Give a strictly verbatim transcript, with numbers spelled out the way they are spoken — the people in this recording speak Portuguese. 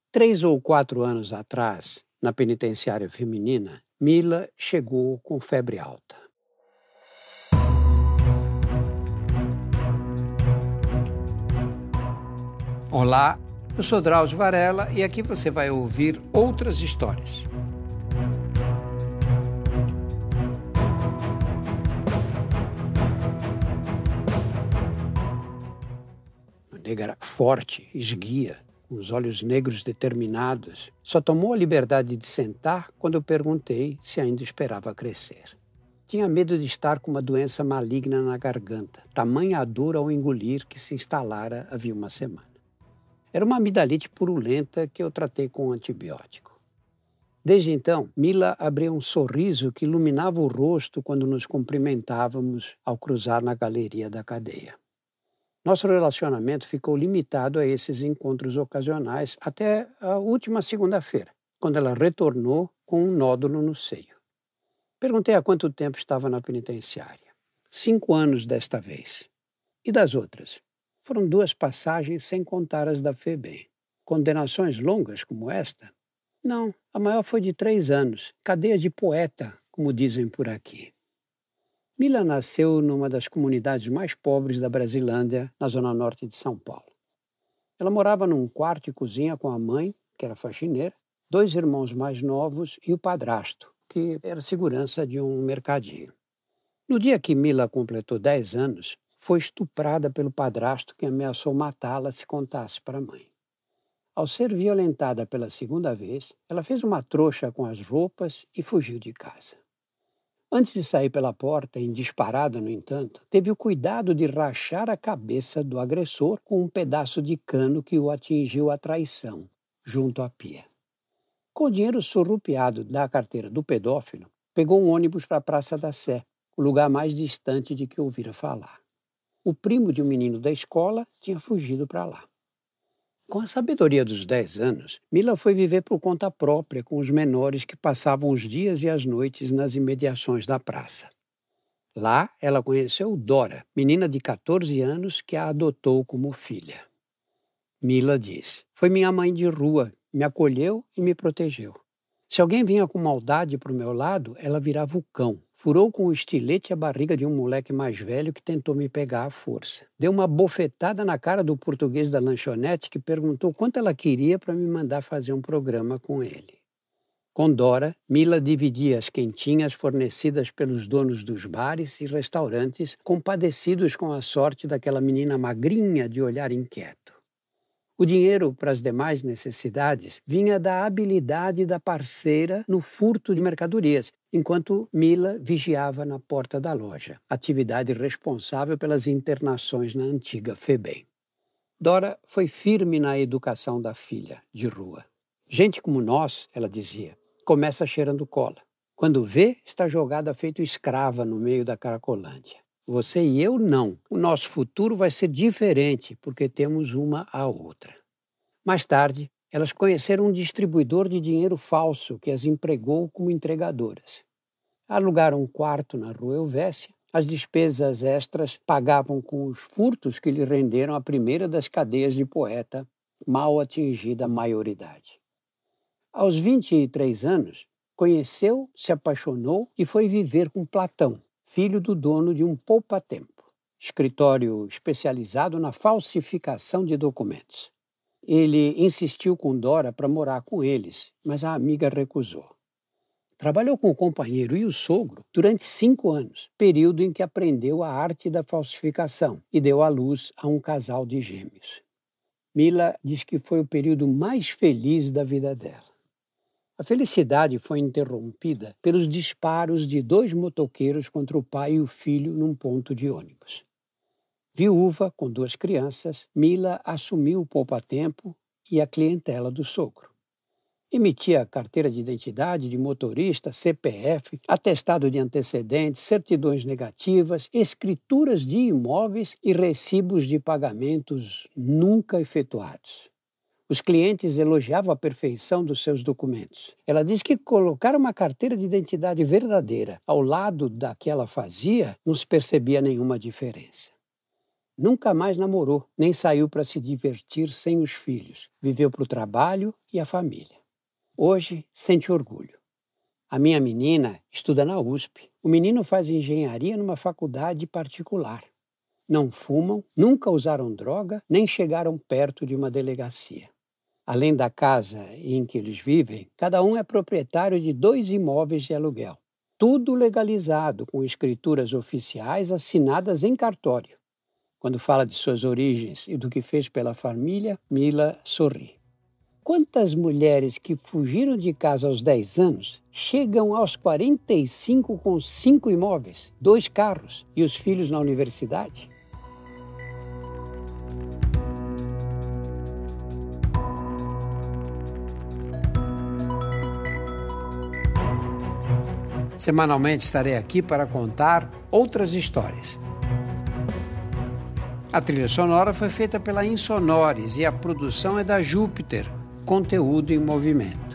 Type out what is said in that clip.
Três ou quatro anos atrás, na penitenciária feminina, Mila chegou com febre alta. Olá, eu sou Drauzio Varela e aqui você vai ouvir outras histórias. Uma negra forte, esguia, com os olhos negros determinados, só tomou a liberdade de sentar quando eu perguntei se ainda esperava crescer. Tinha medo de estar com uma doença maligna na garganta, tamanha a dor ao engolir que se instalara havia uma semana. Era uma amidalite purulenta que eu tratei com um antibiótico. Desde então, Mila abria um sorriso que iluminava o rosto quando nos cumprimentávamos ao cruzar na galeria da cadeia. Nosso relacionamento ficou limitado a esses encontros ocasionais até a última segunda-feira, quando ela retornou com um nódulo no seio. Perguntei há quanto tempo estava na penitenciária. Cinco anos desta vez. E das outras? Foram duas passagens sem contar as da FEBEM. Condenações longas como esta? Não, a maior foi de três anos. Cadeia de poeta, como dizem por aqui. Mila nasceu numa das comunidades mais pobres da Brasilândia, na zona norte de São Paulo. Ela morava num quarto e cozinha com a mãe, que era faxineira, dois irmãos mais novos e o padrasto, que era segurança de um mercadinho. No dia que Mila completou dez anos, foi estuprada pelo padrasto que ameaçou matá-la se contasse para a mãe. Ao ser violentada pela segunda vez, ela fez uma trouxa com as roupas e fugiu de casa. Antes de sair pela porta, em disparada, no entanto, teve o cuidado de rachar a cabeça do agressor com um pedaço de cano que o atingiu à traição, junto à pia. Com o dinheiro surrupiado da carteira do pedófilo, pegou um ônibus para a Praça da Sé, o lugar mais distante de que ouvira falar. O primo de um menino da escola tinha fugido para lá. Com a sabedoria dos dez anos, Mila foi viver por conta própria com os menores que passavam os dias e as noites nas imediações da praça. Lá, ela conheceu Dora, menina de catorze anos que a adotou como filha. Mila diz: "Foi minha mãe de rua, me acolheu e me protegeu. Se alguém vinha com maldade para o meu lado, ela virava o cão. Furou com o estilete a barriga de um moleque mais velho que tentou me pegar à força. Deu uma bofetada na cara do português da lanchonete que perguntou quanto ela queria para me mandar fazer um programa com ele." Com Dora, Mila dividia as quentinhas fornecidas pelos donos dos bares e restaurantes, compadecidos com a sorte daquela menina magrinha de olhar inquieto. O dinheiro para as demais necessidades vinha da habilidade da parceira no furto de mercadorias, enquanto Mila vigiava na porta da loja, atividade responsável pelas internações na antiga FEBEM. Dora foi firme na educação da filha, de rua. Gente como nós, ela dizia, começa cheirando cola. Quando vê, está jogada feito escrava no meio da Cracolândia. Você e eu não. O nosso futuro vai ser diferente, porque temos uma à outra. Mais tarde, elas conheceram um distribuidor de dinheiro falso que as empregou como entregadoras. Alugaram um quarto na Rua Helvécia. As despesas extras pagavam com os furtos que lhe renderam a primeira das cadeias de poeta, mal atingida a maioridade. Aos vinte e três anos, conheceu, se apaixonou e foi viver com Platão, filho do dono de um poupa-tempo, escritório especializado na falsificação de documentos. Ele insistiu com Dora para morar com eles, mas a amiga recusou. Trabalhou com o companheiro e o sogro durante cinco anos, período em que aprendeu a arte da falsificação e deu à luz a um casal de gêmeos. Mila diz que foi o período mais feliz da vida dela. A felicidade foi interrompida pelos disparos de dois motoqueiros contra o pai e o filho num ponto de ônibus. Viúva, com duas crianças, Mila assumiu o poupa-tempo e a clientela do sogro. Emitia carteira de identidade de motorista, C P F, atestado de antecedentes, certidões negativas, escrituras de imóveis e recibos de pagamentos nunca efetuados. Os clientes elogiavam a perfeição dos seus documentos. Ela diz que colocar uma carteira de identidade verdadeira ao lado da que ela fazia não se percebia nenhuma diferença. Nunca mais namorou, nem saiu para se divertir sem os filhos. Viveu para o trabalho e a família. Hoje, sente orgulho. A minha menina estuda na U S P. O menino faz engenharia numa faculdade particular. Não fumam, nunca usaram droga, nem chegaram perto de uma delegacia. Além da casa em que eles vivem, cada um é proprietário de dois imóveis de aluguel. Tudo legalizado, com escrituras oficiais assinadas em cartório. Quando fala de suas origens e do que fez pela família, Mila sorri. Quantas mulheres que fugiram de casa aos dez anos chegam aos quarenta e cinco com cinco imóveis, dois carros e os filhos na universidade? Semanalmente estarei aqui para contar outras histórias. A trilha sonora foi feita pela Insonores e a produção é da Júpiter, conteúdo em movimento.